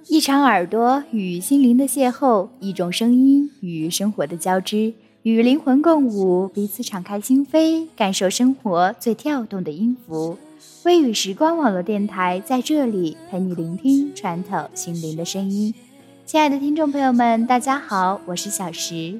一场耳朵与心灵的邂逅，一种声音与生活的交织，与灵魂共舞，彼此敞开心扉，感受生活最跳动的音符。微雨时光网络电台在这里陪你聆听穿透心灵的声音。亲爱的听众朋友们，大家好，我是小石。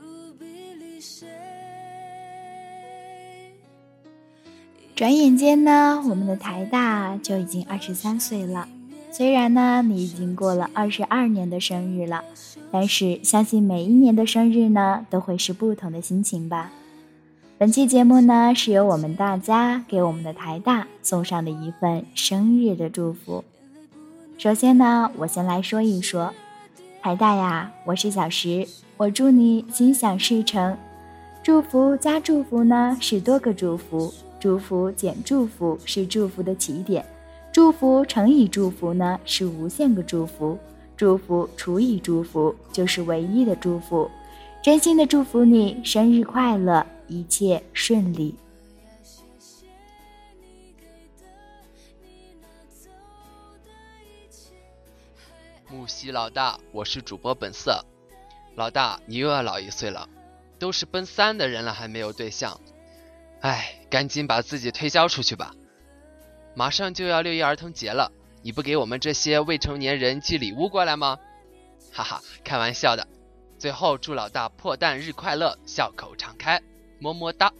转眼间呢，我们的台大就已经23岁了。虽然呢，你已经过了22年的生日了，但是相信每一年的生日呢，都会是不同的心情吧。本期节目呢，是由我们大家给我们的台大送上的一份生日的祝福。首先呢，我先来说一说，台大呀，我是小石，我祝你心想事成。祝福加祝福呢，是多个祝福，祝福减祝福是祝福的起点。祝福乘以祝福呢，是无限个祝福；祝福除以祝福，就是唯一的祝福。真心的祝福你生日快乐，一切顺利。 木西老大，我是主播本色。老大，你又要老1岁了，都是奔3的人了，还没有对象。赶紧把自己推销出去吧。马上就要6一儿童节了，你不给我们这些未成年人寄礼物过来吗？哈哈，开玩笑的。最后祝老大破蛋日快乐，笑口常开，么么哒。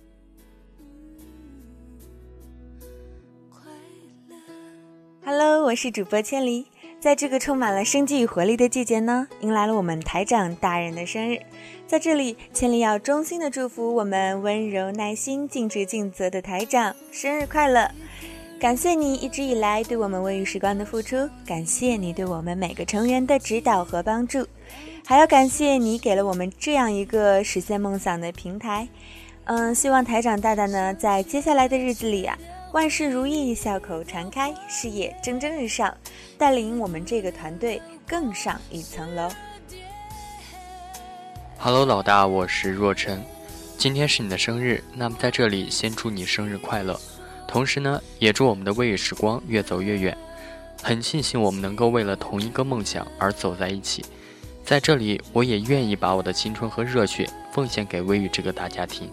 Hello， 我是主播千里。在这个充满了生机与活力的季节呢，迎来了我们台长大人的生日。在这里，千里要衷心的祝福我们温柔耐心、尽职尽责的台长生日快乐！感谢你一直以来对我们微雨时光的付出，感谢你对我们每个成员的指导和帮助，还要感谢你给了我们这样一个实现梦想的平台。希望台长大大呢，在接下来的日子里啊，万事如意，笑口常开，事业蒸蒸日上，带领我们这个团队更上一层楼。 Hello， 老大，我是若晨。今天是你的生日，那么在这里先祝你生日快乐。同时呢，也祝我们的微雨时光越走越远。很庆幸我们能够为了同一个梦想而走在一起。在这里，我也愿意把我的青春和热血奉献给微雨这个大家庭。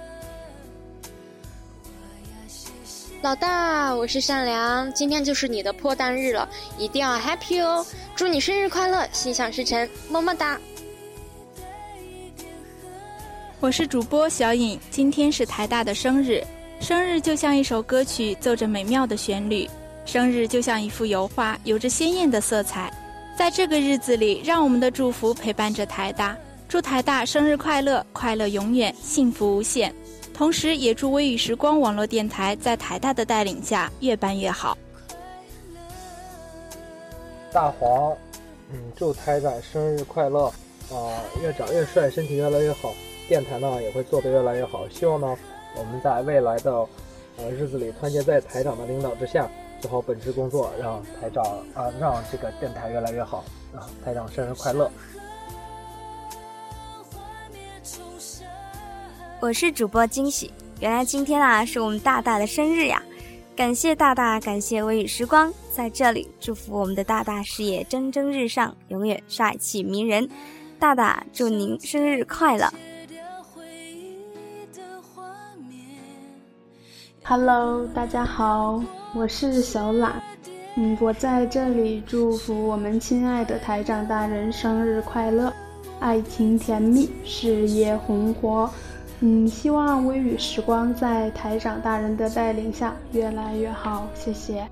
老大，我是善良，今天就是你的破蛋日了，一定要 happy 哦！祝你生日快乐，心想事成，么么哒！ 我是主播小颖，今天是台大的生日。生日就像一首歌曲，奏着美妙的旋律；生日就像一幅油画，有着鲜艳的色彩。在这个日子里，让我们的祝福陪伴着台大，祝台大生日快乐，快乐永远，幸福无限。同时也祝微雨时光网络电台在台大的带领下越办越好。 大黄，祝台长生日快乐，越长越帅，身体越来越好，电台呢也会做得越来越好。希望呢我们在未来的日子里团结在台长的领导之下，做好本职工作，让台长让这个电台越来越好啊！台长生日快乐！ 我是主播惊喜，原来今天是我们大大的生日呀！感谢大大，感谢微雨时光，在这里祝福我们的大大事业蒸蒸日上，永远帅气迷人。大大祝您生日快乐！ Hello， 大家好，我是小懒。我在这里祝福我们亲爱的台长大人生日快乐，爱情甜蜜，事业红火。希望微雨时光在台长大人的带领下越来越好，谢谢。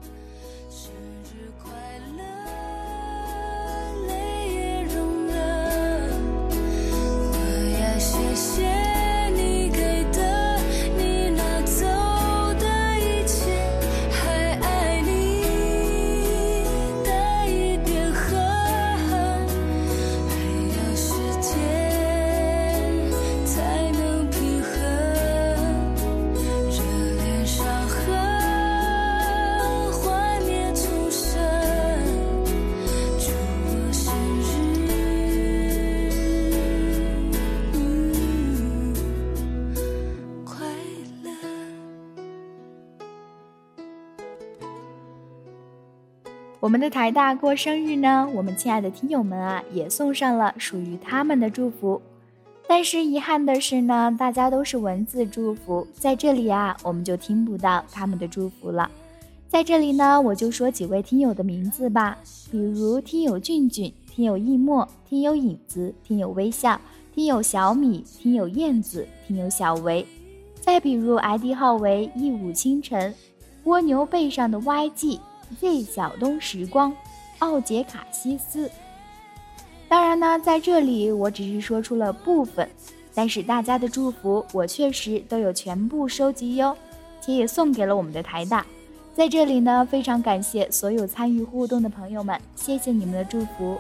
花我们的台大过生日呢，我们亲爱的听友们啊，也送上了属于他们的祝福。但是遗憾的是呢，大家都是文字祝福，在这里啊，我们就听不到他们的祝福了。在这里呢，我就说几位听友的名字吧，比如听友俊俊、听友易墨、听友影子、听友微笑、听友小米、听友燕子、听友小维，再比如 ID 号为一舞清晨、蜗牛背上的 YG、Z 小东时光、奥杰卡西斯。当然呢，在这里我只是说出了部分，但是大家的祝福我确实都有全部收集哟，且也送给了我们的台大。在这里呢，非常感谢所有参与互动的朋友们，谢谢你们的祝福。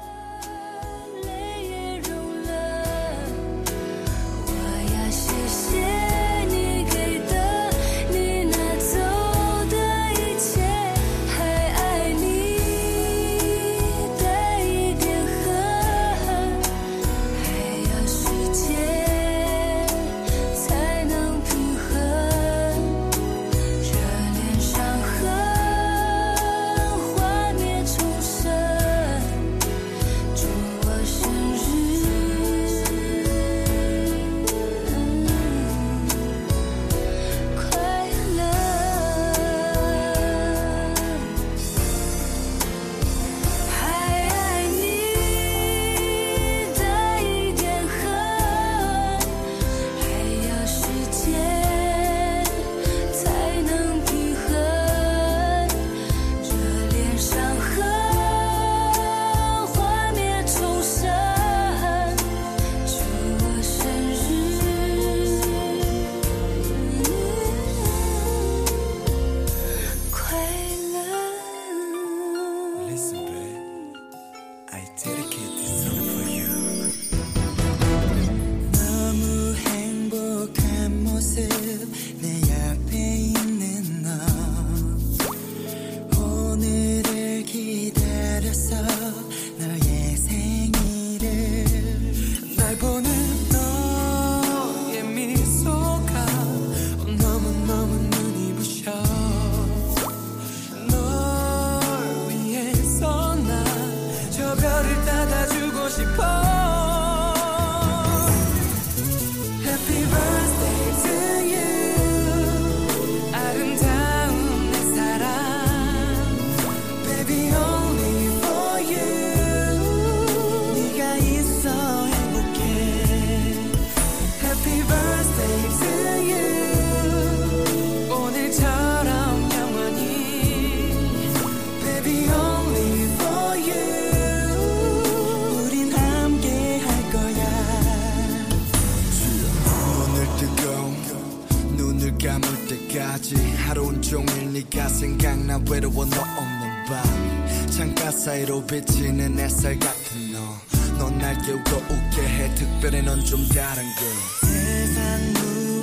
생각나 외로워 너 없는 밤 창가 사이로 비치는 햇살 같은 넌 날 깨우고 웃게 해 특별히 넌 좀 다른 걸 세상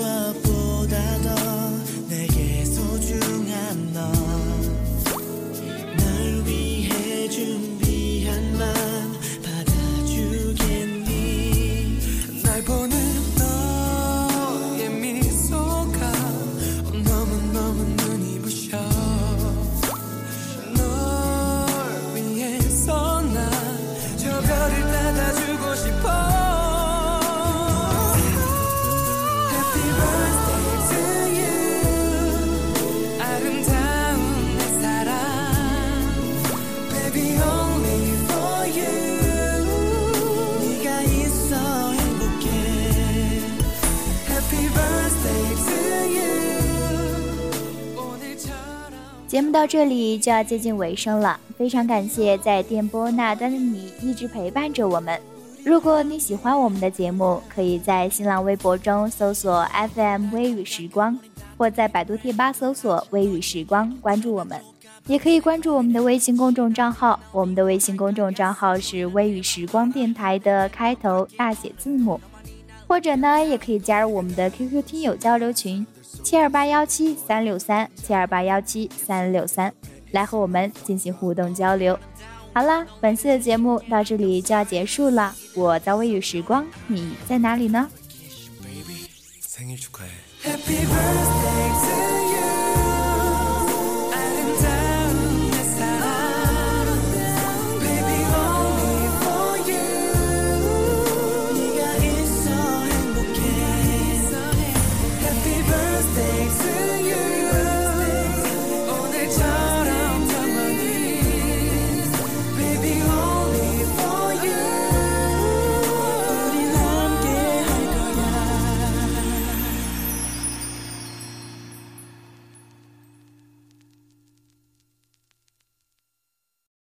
무엇보다도 내게 소중한 너 널 위해 준비한 맘 받아주겠니 날 보는 너의 미소가 너무너무 눈이 부셔 널 위해서 난 저 별을 닫아주고 싶어 节目到这里就要接近尾声了，非常感谢在电波那端的你一直陪伴着我们。如果你喜欢我们的节目，可以在新浪微博中搜索 FM 微语时光，或在百度贴吧搜索微语时光关注我们，也可以关注我们的微信公众账号，我们的微信公众账号是微语时光电台的开头大写字母，或者呢也可以加入我们的 QQ 听友交流群72817-363，72817-363，来和我们进行互动交流。好啦，本次的节目到这里就要结束了，我在微语时光，你在哪里呢？ Happy birthday to